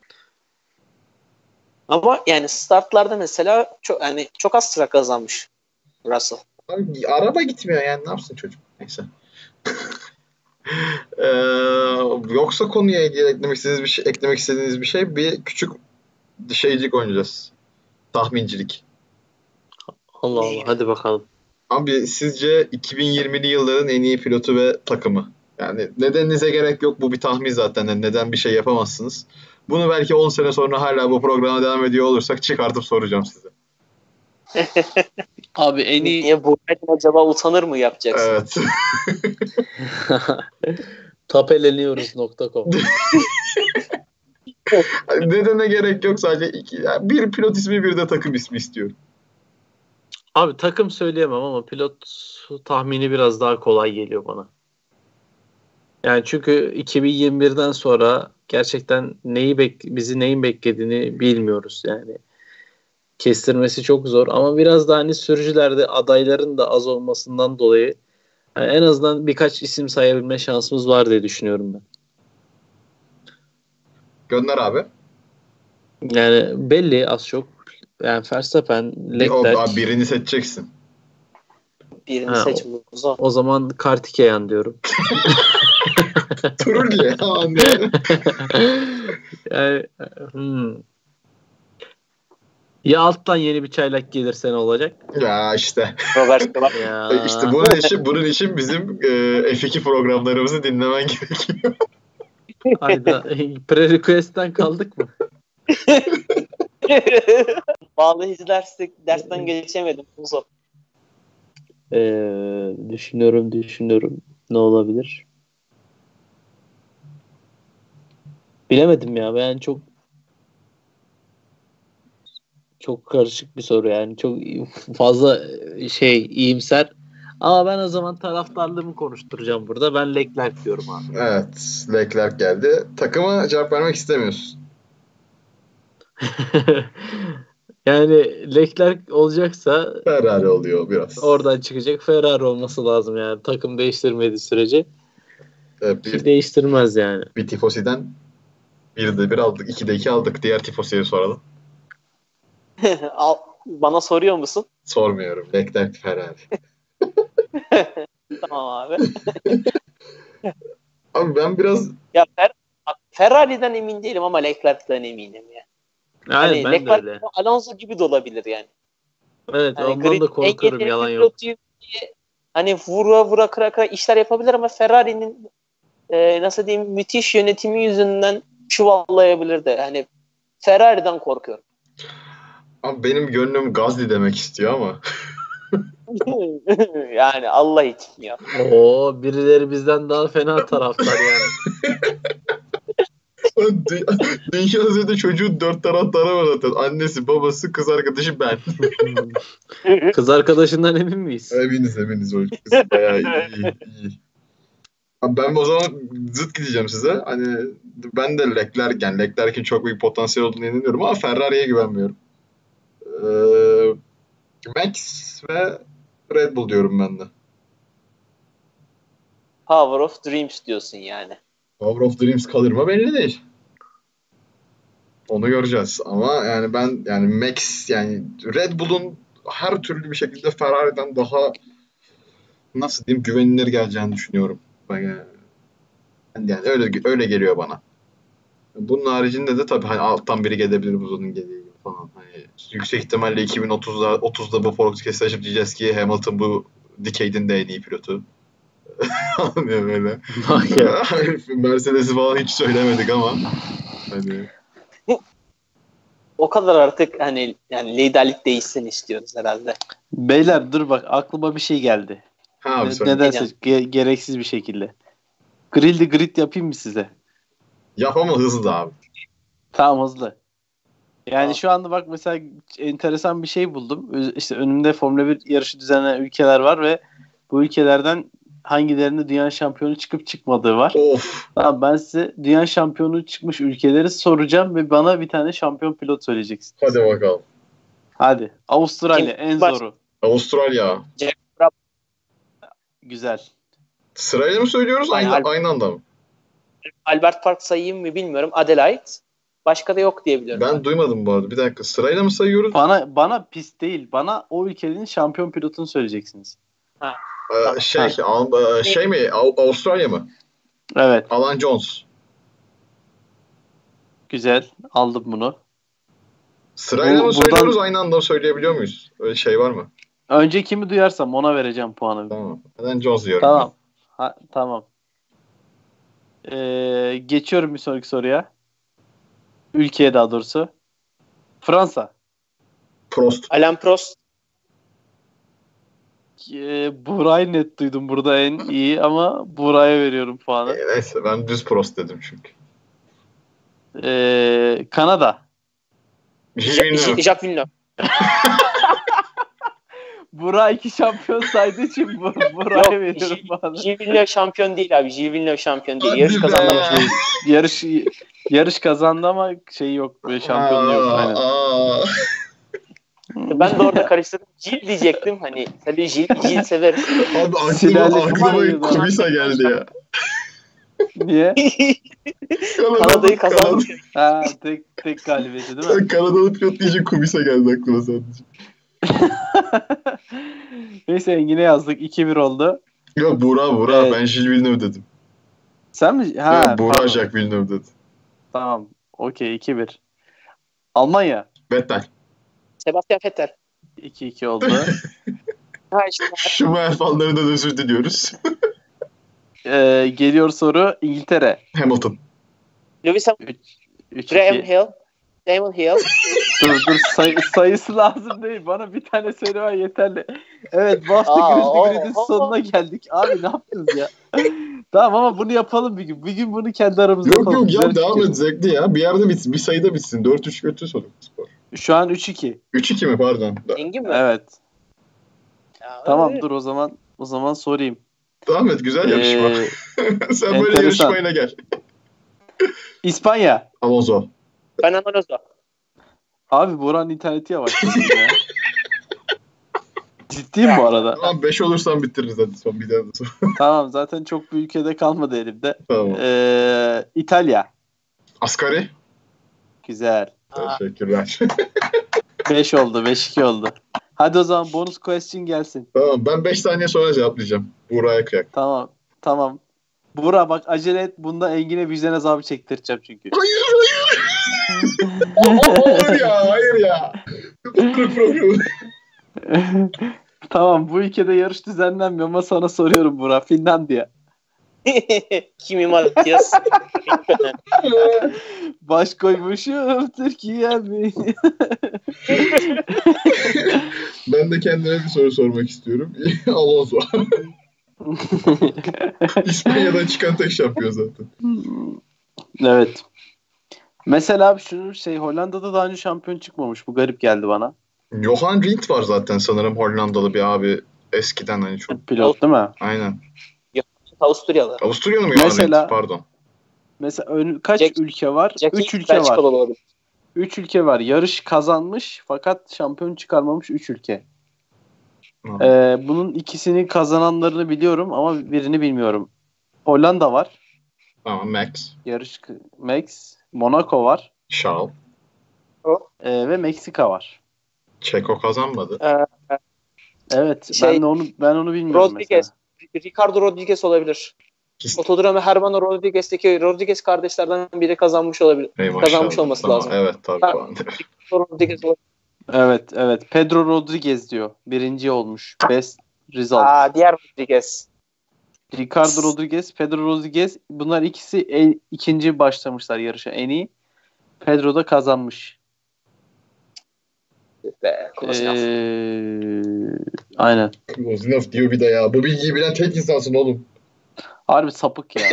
C: Ama yani startlarda mesela çok az sıra kazanmış Russell.
A: Abi, araba gitmiyor yani ne yapsın çocuk? Neyse. Ee, Yoksa konuya ilgili eklemek istediğiniz bir şey, bir küçük şeycik oynayacağız. Tahmincilik.
B: Allah Allah, hadi bakalım.
A: Abi sizce 2020'li yılların en iyi pilotu ve takımı? Yani nedeninize gerek yok. Bu bir tahmin zaten. Yani neden bir şey yapamazsınız. Bunu belki 10 sene sonra hala bu programa devam ediyor olursak çıkartıp soracağım size.
B: Abi en iyi...
C: Niye bu acaba utanır mı yapacaksın?
A: Evet.
B: Tapeleniyoruz.com.
A: Nedene gerek yok, sadece yani bir pilot ismi, bir de takım ismi istiyorum.
B: Abi takım söyleyemem ama pilot tahmini biraz daha kolay geliyor bana. Yani çünkü 2021'den sonra gerçekten bizi neyin beklediğini bilmiyoruz yani. Kestirmesi çok zor ama biraz da hani sürücülerde adayların da az olmasından dolayı yani en azından birkaç isim sayabilme şansımız var diye düşünüyorum ben.
A: Gönder abi.
B: Yani belli az çok. Yani Verstappen, Leclerc.
A: Birini seçeceksin.
C: Birini seç Muzo.
B: O zaman Kartikeyan diyorum.
A: Trulli.
B: Yani, ya alttan yeni bir çaylak gelirse ne olacak?
A: Ya işte.
C: Robert
B: Ya.
A: İşte bunun için bizim F2 programlarımızı dinlemen gerekiyor.
B: Hayda. Pre-request'ten kaldık mı?
C: Bağlı izlersek dersten geçemedim Muzo.
B: Düşünüyorum. Ne olabilir? Bilemedim ya. Ben çok karışık bir soru yani. Çok fazla iyimser. Ama ben o zaman taraftarlığımı konuşturacağım burada. Ben Leclerc diyorum abi.
A: Evet. Leclerc geldi. Takıma cevap vermek istemiyorsun.
B: Yani Leclerc olacaksa
A: Ferrari oluyor biraz.
B: oradan çıkacak. Ferrari olması lazım yani. Takım değiştirmediği sürece. Ki
A: Bir
B: değiştirmez yani.
A: Bir tifosiden 1'de 1 aldık. 2'de 2 aldık. Diğer tifosiye soralım.
C: Bana soruyor musun?
A: Sormuyorum. Leclerc Ferrari.
C: Tamam abi.
A: Abi ben biraz
C: Ya Ferrari'den emin değilim ama Leclerc'ten eminim ya.
B: Yani ben de öyle.
C: Alonso gibi de olabilir yani.
B: Evet,
C: hani
B: ondan da korkarım, yalan yok.
C: Hani vura kıra işler yapabilir ama Ferrari'nin nasıl diyeyim, müthiş yönetimi yüzünden çuvallayabilir de. Hani Ferrari'den korkuyorum.
A: Abi benim gönlüm Gazli demek istiyor ama.
C: Yani Allah için ya.
B: Oo, birileri bizden daha fena taraftar yani.
A: Dünya üzerinde çocuğun 4 taraftarı var zaten. Annesi, babası, kız arkadaşı, ben.
B: Kız arkadaşından emin miyiz?
A: Eminiz o kız bayağı iyi. Abi ben o zaman zıt gideceğim size. Hani ben de Leclerc'in çok büyük potansiyel olduğunu inanıyorum ama Ferrari'ye güvenmiyorum. Max ve Red Bull diyorum ben de.
C: Power of Dreams diyorsun yani.
A: Power of Dreams kalır mı belli değil. Onu göreceğiz. Ama yani Max, yani Red Bull'un her türlü bir şekilde Ferrari'den daha, nasıl diyeyim, güvenilir geleceğini düşünüyorum. Yani öyle geliyor bana. Bunun haricinde de tabii hani alttan biri gelebilir, Buza'nın geldiği gibi falan. Hani yüksek ihtimalle 2030'da bu podcast'ı açıp diyeceğiz ki Hamilton bu decade'in de en iyi pilotu. Anlıyor böyle. Mercedes'i falan hiç söylemedik ama hani
C: O kadar artık hani yani liderlik değişsin istiyoruz herhalde.
B: Beyler dur bak, aklıma bir şey geldi. Nedense gereksiz bir şekilde. Grid yapayım mı size?
A: Yap ama hızlı abi.
B: Tamam, hızlı. Yani
C: Tamam.
B: şu anda bak mesela enteresan bir şey buldum. İşte önümde Formula 1 yarışı düzenlenen ülkeler var ve bu ülkelerden hangilerinde dünya şampiyonu çıkıp çıkmadığı var.
A: Of.
B: Tamam, ben size dünya şampiyonu çıkmış ülkeleri soracağım ve bana bir tane şampiyon pilot söyleyeceksiniz.
A: Hadi bakalım.
B: Hadi. Avustralya en zoru.
A: Avustralya.
B: Güzel.
A: Sırayla mı söylüyoruz, aynı anda mı?
C: Albert Park sayayım mı bilmiyorum. Adelaide. Başka da yok diye biliyorum.
A: Ben duymadım bu arada. Bir dakika. Sırayla mı sayıyoruz?
B: Bana pist değil. Bana o ülkenin şampiyon pilotunu söyleyeceksiniz.
A: Şey mi? Avustralya mı?
B: Evet.
A: Alan Jones.
B: Güzel. Aldım bunu.
A: Sırayla mı
B: buradan-
A: söylüyoruz, aynı anda söyleyebiliyor muyuz? Öyle şey var mı?
B: Önce kimi duyarsam ona vereceğim puanı.
A: Tamam. Alan Jones diyorum
B: Tamam. Tamam. Geçiyorum bir sonraki soruya. Ülkeye daha doğrusu. Fransa.
A: ben. Prost.
C: Alain Prost.
B: Buray'ı net duydum burada en iyi ama Buray'a veriyorum puanı.
A: Neyse ben düz Prost dedim çünkü.
B: Kanada.
A: Gilles Villeneuve.
C: Jacques Villeneuve.
B: Burak 2 şampiyon saydığı için Buray'a veriyorum puanı.
C: Gilles Villeneuve şampiyon değil abi. Gilles Villeneuve şampiyon değil.
A: Hadi
C: Yarış
A: be.
C: kazandı.
B: Yarış kazandı ama şey yok. Böyle şampiyonluğu yok. Aynen.
C: Ben de orada karıştırdım. Gilles diyecektim. Hani tabii Gilles severim.
A: Abi
B: Silahlı
A: aklıma
B: falan
A: Kubica geldi ya.
B: Niye?
C: Kanada'yı kazandı.
B: Ha, tek galibiyeti değil mi?
A: Kanadalı pilot deyince Kubica geldi aklıma sadece.
B: Neyse yine yazdık. 2-1 oldu.
A: Yok Burak.
B: Evet.
A: Ben Gilles Villeneuve dedim.
B: Sen mi? Ha,
A: Evet, Burak
B: pardon.
A: Jacques Villeneuve dedi.
B: Tamam. Okey 2-1. Almanya.
A: Vettel.
C: Sebastian Vettel.
B: 2-2 oldu.
C: Ha işte.
A: Schumacher fanlarından özür diliyoruz.
B: Geliyor soru. İngiltere.
A: Hamilton.
C: Lewis Hamilton.
B: 3-2.
C: Graham Hill. Damon Hill.
B: Dur sayısı lazım değil. Bana bir tane söylemen yeterli. Evet bu hafta Grid'in sonuna geldik. Abi ne yaptınız ya? Tamam ama bunu yapalım bir gün. Bir gün bunu kendi aramızda yapalım.
A: Yok ya
B: Güzel
A: devam
B: fikir.
A: et zevkli ya. Bir yerde bitsin. Bir sayıda bitsin. 4-3 kötü soru.
B: Şu an 3-2.
A: 3-2 mi pardon?
C: Engin mi?
B: Evet.
C: Ya,
B: Tamam
C: öyle.
B: dur o zaman sorayım.
A: Devam et, güzel yarışma. Sen böyle
B: enteresan.
A: yarışmayla gel.
B: İspanya.
A: Alonso.
C: Fernando Alonso.
B: Abi Burak'ın interneti yavaş. Ya. Ciddiyim bu arada.
A: Tamam 5 olursan bitiririz hadi son bir daha da sonra.
B: Tamam zaten çok bir ülkede kalmadı elimde.
A: Tamam.
B: İtalya.
A: Asgari.
B: Güzel.
A: Teşekkürler.
B: 5 oldu. 5-2 oldu. Hadi o zaman bonus question gelsin.
A: Tamam ben 5 saniye sonra cevaplayacağım. Buğra'ya kıyak.
B: Tamam. Burak bak acele et. Bunda Engin'e vicdan azabı çektireceğim çünkü.
A: Hayır. hayır ya. Program.
B: Tamam bu ülkede yarış düzenlenmiyor ama sana soruyorum Burak. Finlandiya.
C: Kimi Matias.
B: Baş koymuşum Türkiye mi?
A: Ben de kendime bir soru sormak istiyorum. Alonso. İspanya'dan çıkan tek şampiyon zaten.
B: Evet. Mesela şunu Hollanda'da daha önce şampiyon çıkmamış. Bu garip geldi bana.
A: Johan Rindt var zaten sanırım, Hollandalı bir abi. Eskiden hani çok.
B: Pilot değil mi?
A: Aynen.
C: Avusturyalı.
A: Avusturyalı mı Johan
B: Mesela-
A: Rindt? Pardon.
B: Mesela kaç
C: Jack-
B: ülke var?
C: Jackie
B: 3 ülke var.
C: Belçikalı olabilir.
B: 3 ülke var. Yarış kazanmış fakat şampiyon çıkarmamış 3 ülke. Bunun ikisini kazananlarını biliyorum ama birini bilmiyorum. Hollanda var.
A: Tamam Max.
B: Max. Monaco var.
A: Charles.
B: Ve Meksika var.
A: Çeko kazanmadı.
B: Evet.
C: Şey,
B: ben onu bilmiyorum
C: Rodriguez.
B: mesela.
C: Ricardo Rodriguez olabilir.
A: İkisi-
C: Otodromo Hermano Rodriguez'teki Rodriguez kardeşlerden biri kazanmış olabilir.
A: Ey maşallah.
C: Kazanmış olması
A: Tamam,
C: lazım.
A: Evet tabii
C: Ben-
A: falan.
C: Rodriguez olabilir.
B: Evet. Pedro Rodriguez diyor. Birinci olmuş. Best result.
C: Diğer Rodriguez.
B: Ricardo Rodriguez, Pedro Rodriguez. Bunlar ikisi ikinci başlamışlar yarışa en iyi. Pedro da kazanmış.
C: Be, Kolasinav.
B: Aynen.
A: Kolasinav diyor bir de ya. Bu bilgiyi bilen tek insansın oğlum.
B: Harbi sapık ya.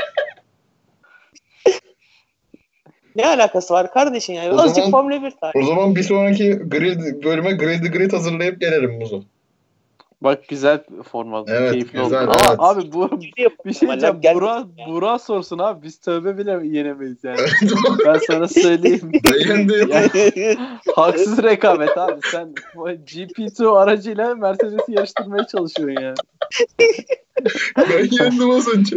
C: Ne alakası var kardeşim ya?
A: O
C: Azıcık
A: zaman-
C: Formula 1 tarihi.
A: O zaman bir sonraki bölüme Grid hazırlayıp gelirim Muzo.
B: Bak güzel format.
A: Evet,
B: Keyifli
A: güzel,
B: oldu. Ama
A: evet.
B: abi bu bir şey diyeceğim.
C: Gel-
B: Burak sorsun abi. Biz tövbe bile yenemeyiz yani. Ben sana söyleyeyim.
A: Ben yendim.
B: Ya, haksız rekabet abi. Sen GP2 aracıyla Mercedes'i yarıştırmaya çalışıyorsun yani.
A: Ben yendim az önce.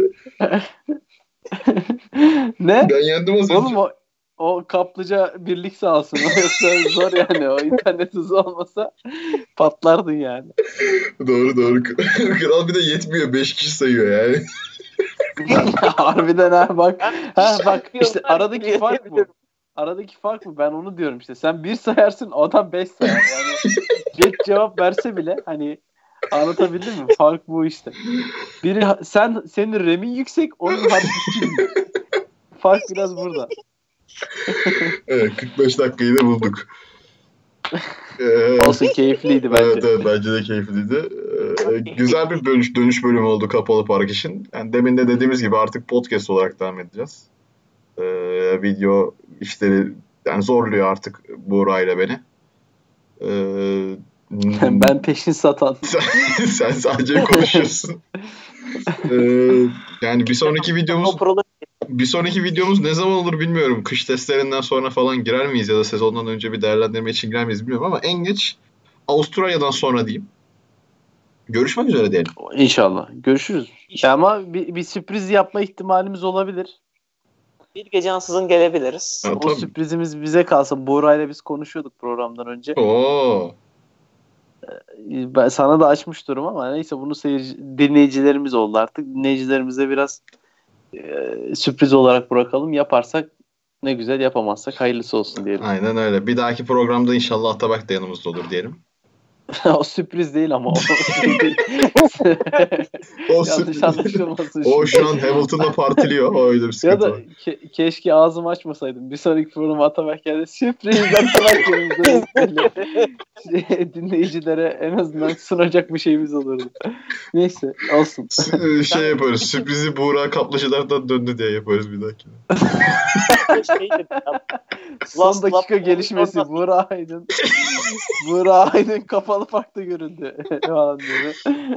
B: Ne?
A: Ben yendim az önce.
B: Oğlum o kaplıca birlik sağ olsun. Yoksa zor yani. O internet hızı olmasa patlardın yani.
A: Doğru. Kral bir de yetmiyor. 5 kişi sayıyor yani.
B: Harbiden ha bak. Ha bak işte
C: Şampiyonlar
B: aradaki
C: Ligi
B: fark bu.
C: diyebilirim.
B: Aradaki fark bu. Ben onu diyorum işte. Sen bir sayarsın, adam 5 sayar. Yani geç cevap verse bile hani anlatabildim mi? Fark bu işte. Senin remin yüksek, onun hard disk'i. Fark biraz burada.
A: Evet, 45 dakikayı da bulduk.
B: Olsun, keyifliydi bence.
A: Evet, bence de keyifliydi. Güzel bir dönüş bölümü oldu Kapalı Park için. Yani demin de dediğimiz gibi artık podcast olarak devam edeceğiz. Video işleri yani zorluyor artık Buğra ile beni.
B: Ben peşin satan.
A: Sen sadece konuşuyorsun. Yani bir sonraki videomuz ne zaman olur bilmiyorum. Kış testlerinden sonra falan girer miyiz ya da sezondan önce bir değerlendirme için girer miyiz bilmiyorum ama en geç Avustralya'dan sonra diyeyim. Görüşmek üzere diyelim.
B: İnşallah. Görüşürüz. Ama bir sürpriz yapma ihtimalimiz olabilir.
C: Bir gece ansızın gelebiliriz.
A: Ha,
B: O
A: tabii.
B: sürprizimiz bize kalsın. Buğra'yla biz konuşuyorduk programdan önce.
A: Oo.
B: Ben sana da açmış durum ama neyse, bunu dinleyicilerimiz oldu artık. Dinleyicilerimize biraz sürpriz olarak bırakalım. Yaparsak ne güzel, yapamazsak hayırlısı olsun diyelim.
A: Aynen öyle. Bir dahaki programda inşallah Atabak da yanımızda olur diyelim.
B: O sürpriz değil ama. O şey değil. Yanlış anlaşılmasın.
A: O şu an Hamilton'la partiliyor. O öyle bir sıkıntı
B: Ya da
A: var.
B: keşke ağzımı açmasaydım. Bir sonraki programa Atabak geldi. Sürpriz Atabak yerimizde. Dinleyicilere en azından sunacak bir şeyimiz olurdu. Neyse, olsun.
A: Şey yaparız. Sürprizi Buğra Kaplıcılardan döndü diye yaparız bir dahaki.
B: Son dakika gelişmesi. Buğra Aydın kapalı parkta göründü. Falan diyor.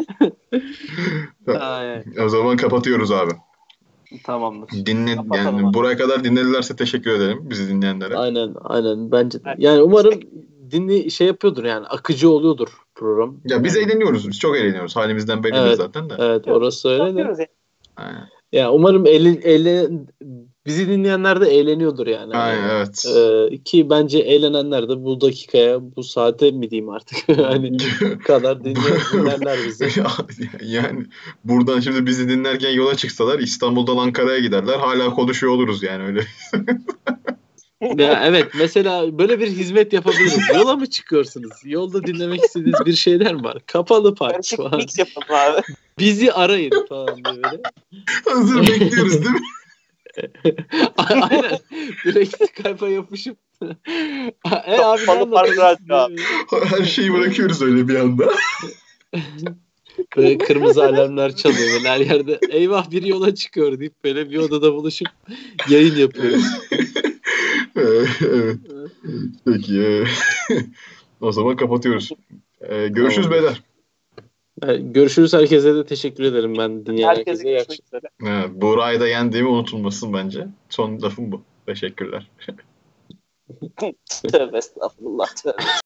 A: O zaman kapatıyoruz abi.
B: Tamamdır.
C: Kapatalım
A: Yani
C: abi.
A: buraya kadar dinledilerse teşekkür ederim bizi dinleyenlere.
D: Aynen bence de. Yani umarım şey yapıyordur, yani akıcı oluyordur program.
A: Ya biz eğleniyoruz. Biz çok eğleniyoruz. Halimizden bellidir
D: Evet.
A: zaten de.
D: Evet, orası öyle de.
C: Yapıyoruz yani.
A: Aynen.
D: Ya umarım bizi dinleyenler de eğleniyordur yani.
A: Aynen, evet.
D: Ki bence eğlenenler de bu dakikaya, bu saate mi diyeyim artık, hani kadar dinlerler bizi.
A: Yani buradan şimdi bizi dinlerken yola çıksalar İstanbul'dan Ankara'ya giderler. Hala konuşuyor oluruz yani öyle.
D: Ya evet, mesela böyle bir hizmet yapabiliriz. Yola mı çıkıyorsunuz? Yolda dinlemek istediğiniz bir şeyler mi var? Kapalı park
C: Karışık
D: falan.
C: mix yapalım abi.
D: Bizi arayın falan diye böyle.
A: Hazır bekliyoruz değil mi?
D: Aynen. Direkt Skype'a yapışıp abi
C: Kapalı park radyo.
A: Her şeyi bırakıyoruz öyle bir anda.
D: böyle kırmızı alarmlar çalıyor. Böyle her yerde eyvah biri yola çıkıyor deyip böyle bir odada buluşup yayın yapıyoruz.
A: Evet. Peki. O zaman kapatıyoruz. Görüşürüz
D: Tamam.
A: beyler.
D: Görüşürüz, herkese de teşekkür ederim, ben dinleyen
C: Herkese
D: herkese.
C: görüşmek üzere.
A: Evet, Buğra'yı da yendiğimi unutulmasın bence. Son lafım bu. Teşekkürler.
C: Tövbe estağfurullah. Tövbe.